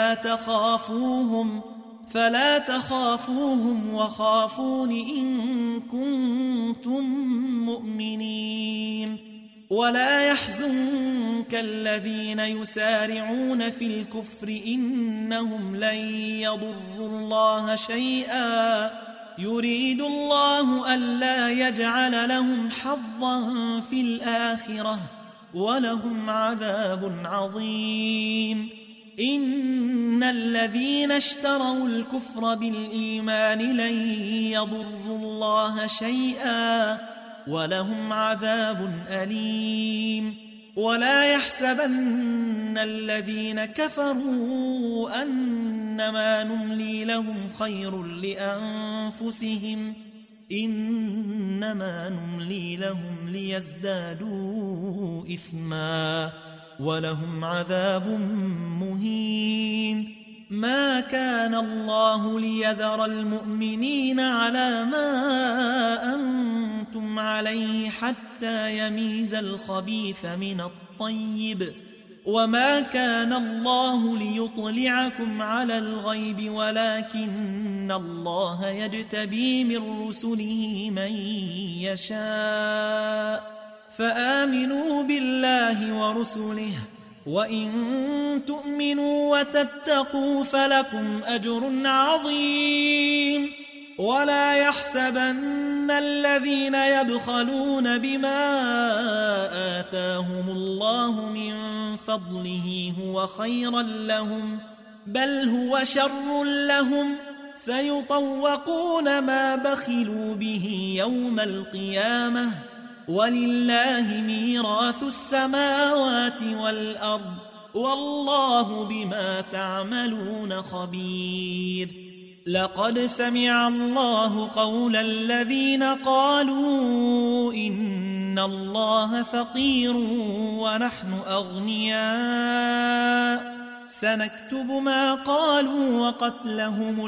فلا تخافوهم وخافون إن كنتم مؤمنين ولا يحزنك الذين يسارعون في الكفر إنهم لن يضروا الله شيئا يريد الله ألا يجعل لهم حظا في الآخرة ولهم عذاب عظيم إن الذين اشتروا الكفر بالإيمان لن يضروا الله شيئا ولهم عذاب أليم ولا يحسبن الذين كفروا أنما نملي لهم خير لأنفسهم إنما نملي لهم ليزدادوا إثما ولهم عذاب مهين ما كان الله ليذر المؤمنين على ما أنتم عليه حتى يميز الخبيث من الطيب وما كان الله ليطلعكم على الغيب ولكن الله يجتبي من رسله من يشاء فآمنوا بالله ورسله وإن تؤمنوا وتتقوا فلكم أجر عظيم ولا يحسبن الذين يبخلون بما آتاهم الله من فضله هو خيرا لهم بل هو شر لهم سيطوقون ما بخلوا به يوم القيامة ولله ميراث السماوات والأرض والله بما تعملون خبير لقد سمع الله قول الذين قالوا إن الله فقير ونحن أغنياء سنكتب ما قالوا وقتلهم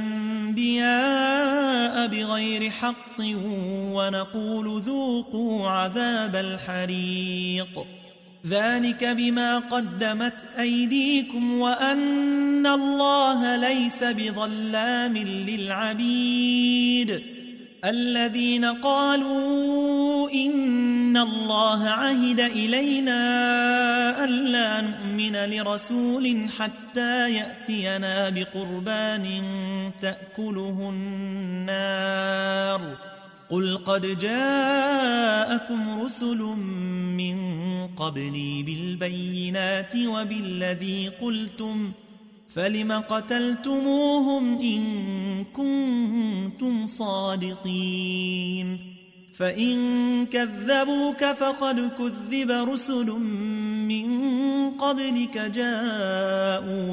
الأنبياء بغير حق ونقول ذوقوا عذاب الحريق ذلك بما قدمت أيديكم وأن الله ليس بظلام للعبيد الذين قالوا إن الله عهد إلينا ألا نؤمن لرسول حتى يأتينا بقربان تأكله النار قل قد جاءكم رسل من قبلي بالبينات وبالذي قلتم فلم قتلتموهم إن كنتم صادقين فإن كذبوك فقد كذب رسل من قبلك جاءوا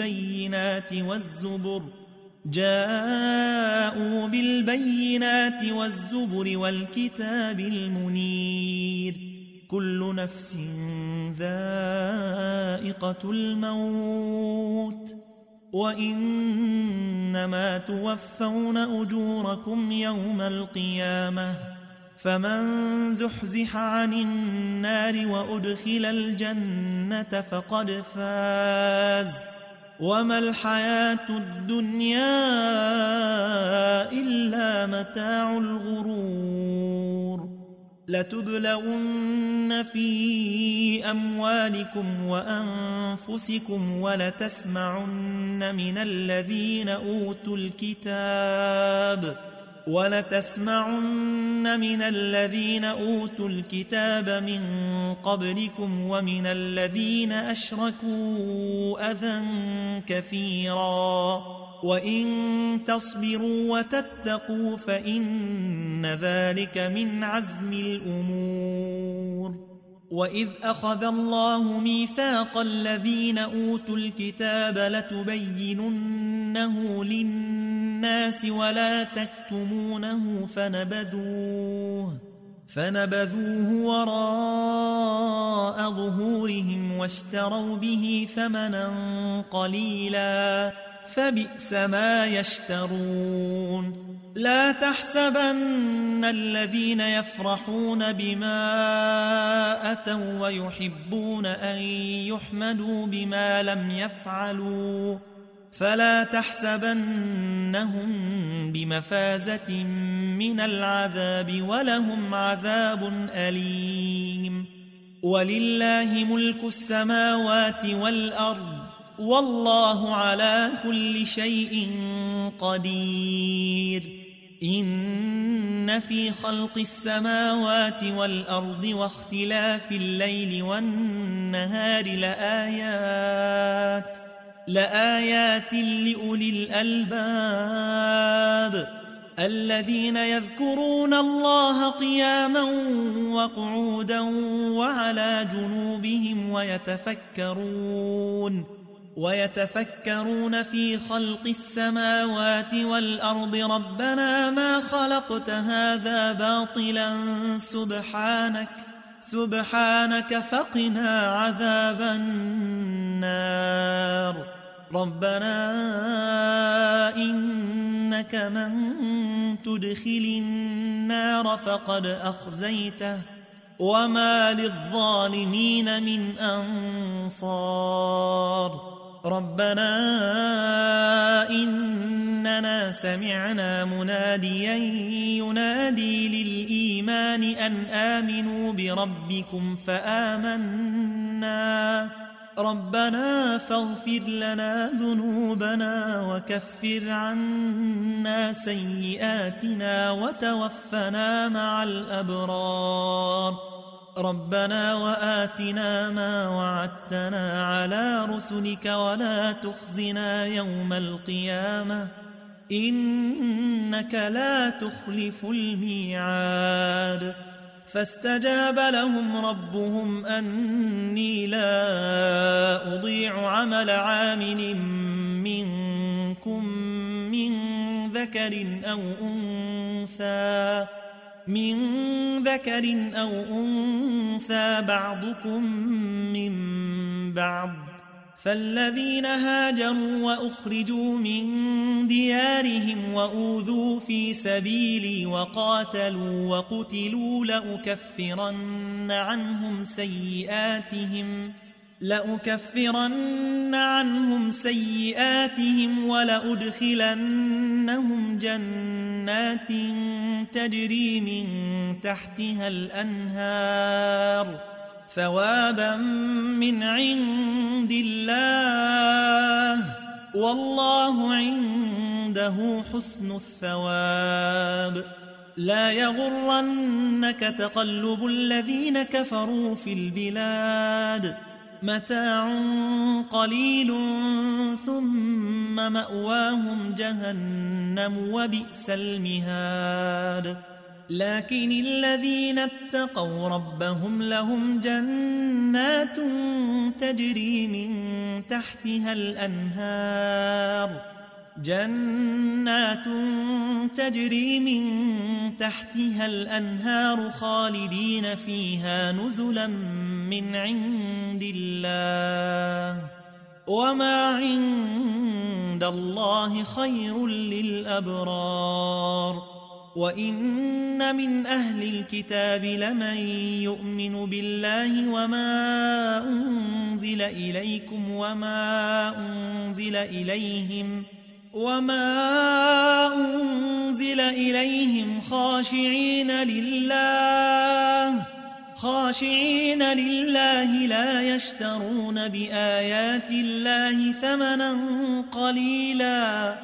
بالبينات والزبر والكتاب المنير كل نفس ذائقة الموت وإنما توفون أجوركم يوم القيامة فمن زحزح عن النار وأدخل الجنة فقد فاز وما الحياة الدنيا إلا متاع الغرور لتبلغن في أموالكم وأنفسكم ولتسمعن من الذين أوتوا الكتاب من قبلكم ومن الذين أشركوا أذى كثيرا وإن تصبروا وتتقوا فإن ذلك من عزم الأمور وإذ أخذ الله ميثاق الذين أوتوا الكتاب لتبيننه للناس ولا تكتمونه فنبذوه وراء ظهورهم واشتروا به ثمنا قليلا فبئس ما يشترون لا تحسبن الذين يفرحون بما أتوا ويحبون أن يحمدوا بما لم يفعلوا فلا تحسبنهم بمفازة من العذاب ولهم عذاب أليم ولله ملك السماوات والأرض والله على كل شيء قدير إن إن في خلق السماوات والأرض واختلاف الليل والنهار لآيات لأولي الألباب الذين يذكرون الله قياما وقعودا وعلى جنوبهم ويتفكرون في خلق السماوات والأرض ربنا ما خلقت هذا باطلا سبحانك فقنا عذاب النار ربنا إنك من تدخل النار فقد أخزيته وما للظالمين من أنصار ربنا إننا سمعنا مناديا ينادي للإيمان أن آمنوا بربكم فآمنا ربنا فاغفر لنا ذنوبنا وكفر عنا سيئاتنا وتوفنا مع الأبرار ربنا وآتنا ما وعدتنا على رسلك ولا تخزنا يوم القيامة إنك لا تخلف الميعاد فاستجاب لهم ربهم أني لا أضيع عمل عامل منكم من ذكر أو أنثى بعضكم من بعض فالذين هاجروا وأخرجوا من ديارهم وأوذوا في سبيلي وقاتلوا وقتلوا لأكفرن عنهم سيئاتهم ولأدخلنهم جنات تجري من تحتها الأنهار ثوابا من عند الله والله عنده حسن الثواب لا يغرنك تقلب الذين كفروا في البلاد متاع قليل ثم مأواهم جهنم وبئس المهاد لكن الذين اتقوا ربهم لهم جنات تجري من تحتها الأنهار خالدين فيها نزلا من عند الله وما عند الله خير للأبرار وإن من أهل الكتاب لمن يؤمن بالله وما أنزل إليكم وما أنزل إليهم خاشعين لله لا يشترون بآيات الله ثمنا قليلا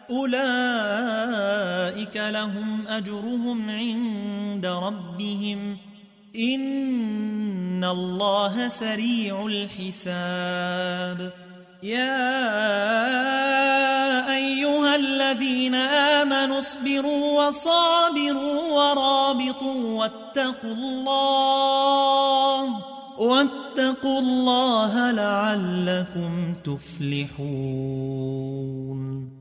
أولئك لهم أجرهم عند ربهم إن الله سريع الحساب يا أيها الذين آمنوا اصبروا وصابروا ورابطوا واتقوا الله لعلكم تفلحون